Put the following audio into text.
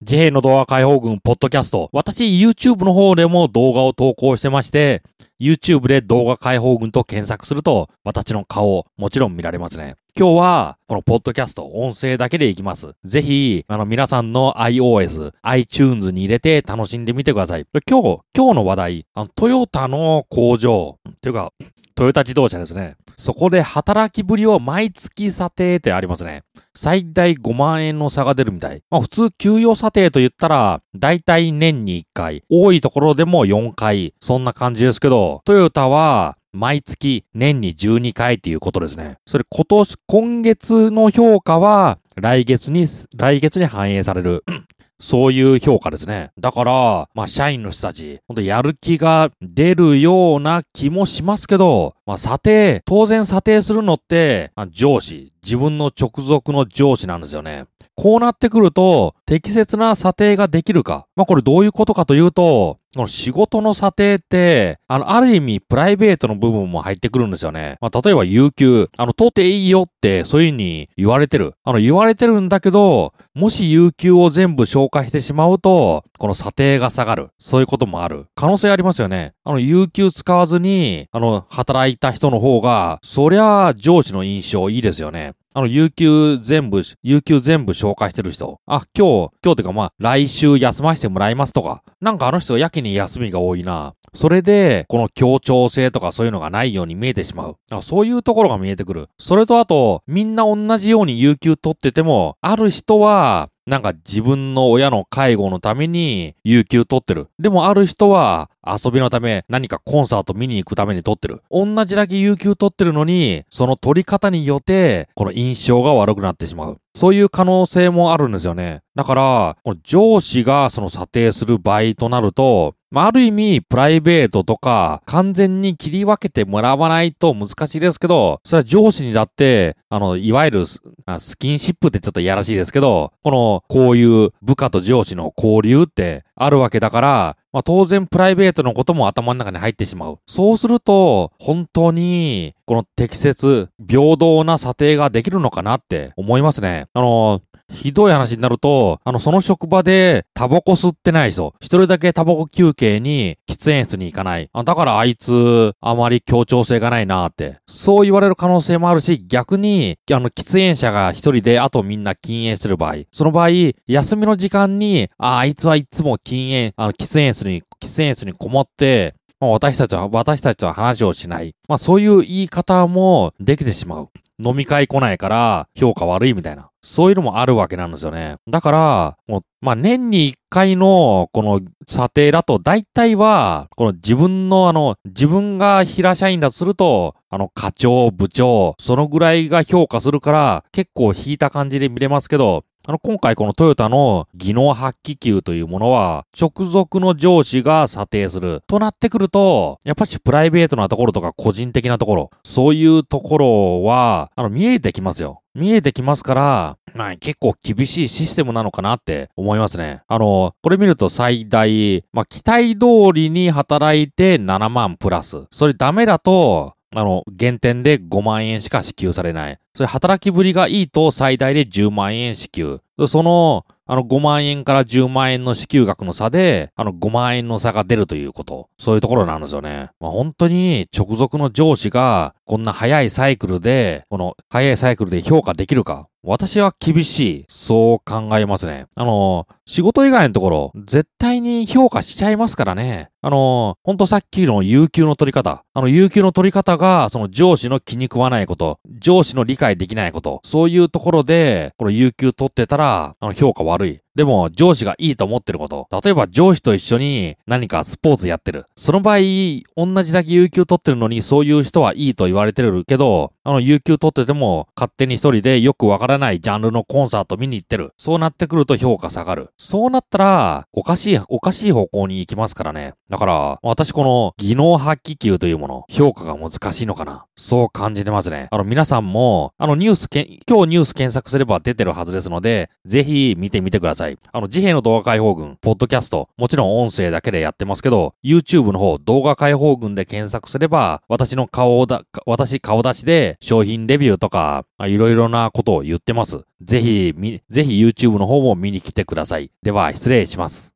自閉の動画解放軍ポッドキャスト。私 YouTube の方でも動画を投稿してまして、YouTube で動画解放軍と検索すると、私の顔、もちろん見られますね。今日は、このポッドキャスト、音声だけでいきます。ぜひ、皆さんの iOS、iTunes に入れて楽しんでみてください。今日の話題、トヨタの工場、っていうか、トヨタ自動車ですね。そこで働きぶりを毎月査定ってありますね。最大5万円の差が出るみたい。普通給与査定と言ったら、だいたい年に1回、多いところでも4回、そんな感じですけど、トヨタは毎月年に12回っていうことですね。それ今月の評価は来月に反映される。そういう評価ですね。だから、社員の人たち、ほんとやる気が出るような気もしますけど、当然査定するのって、自分の直属の上司なんですよね。こうなってくると、適切な査定ができるか。これどういうことかというと、この仕事の査定って、ある意味プライベートの部分も入ってくるんですよね。例えば有給、取っていいよって、そういう風に言われてる。言われてるんだけど、もし有給を全部消化してしまうと、この査定が下がる。そういうこともある。可能性ありますよね。有給使わずに、働いた人の方が、そりゃ上司の印象いいですよね。有給全部消化してる人。今日ってか来週休ませてもらいますとか。なんか人やけに休みが多いな。それで、この協調性とかそういうのがないように見えてしまう。そういうところが見えてくる。それとあと、みんな同じように有給取ってても、ある人は、なんか自分の親の介護のために有給取ってる。でもある人は遊びのため何かコンサート見に行くために取ってる。同じだけ有給取ってるのに、その取り方によって、この印象が悪くなってしまう。そういう可能性もあるんですよね。だから、この上司がその査定する場合となると、ある意味プライベートとか完全に切り分けてもらわないと難しいですけど、それは上司にだって、いわゆるスキンシップってちょっといやらしいですけど、こういう部下と上司の交流ってあるわけだから、当然プライベートのことも頭の中に入ってしまう。そうすると、本当に、この適切、平等な査定ができるのかなって思いますね。ひどい話になると、その職場でタバコ吸ってない人、一人だけタバコ休憩に喫煙室に行かない。だからあいつ、あまり協調性がないなって。そう言われる可能性もあるし、逆に、喫煙者が一人で、あとみんな禁煙してる場合。その場合、休みの時間に、あいつはいつも喫煙室にこもって、私たちは話をしない。そういう言い方もできてしまう。飲み会来ないから評価悪いみたいな。そういうのもあるわけなんですよね。だから、年に1回のこの査定だと大体は、この自分が平社員だとすると、課長、部長、そのぐらいが評価するから結構引いた感じで見れますけど、今回このトヨタの技能発揮給というものは、直属の上司が査定する。となってくると、やっぱしプライベートなところとか個人的なところ、そういうところは、見えてきますよ。見えてきますから、結構厳しいシステムなのかなって思いますね。これ見ると最大、期待通りに働いて7万プラス。それダメだと、減点で5万円しか支給されない。それ働きぶりがいいと最大で10万円支給。その、5万円から10万円の支給額の差で、5万円の差が出るということ。そういうところなんですよね。本当に直属の上司が、こんな早いサイクルで評価できるか。私は厳しい。そう考えますね。仕事以外のところ、絶対に評価しちゃいますからね。ほんとさっきの有給の取り方。有給の取り方が、その上司の気に食わないこと、上司の理解できないこと、そういうところで、この有給取ってたら、評価悪い。でも、上司がいいと思ってること。例えば、上司と一緒に何かスポーツやってる。その場合、同じだけ有給取ってるのに、そういう人はいいと言われてるけど、有給取ってても、勝手に一人でよくわからないジャンルのコンサート見に行ってる。そうなってくると評価下がる。そうなったら、おかしい方向に行きますからね。だから、私この技能発揮給というもの、評価が難しいのかな。そう感じてますね。皆さんも、今日ニュース検索すれば出てるはずですので、ぜひ見てみてください。 さい。自閉の動画解放軍、ポッドキャスト、もちろん音声だけでやってますけど、YouTube の方、動画解放軍で検索すれば、私顔出しで商品レビューとか、いろいろなことを言ってます。ぜひ YouTube の方も見に来てください。では、失礼します。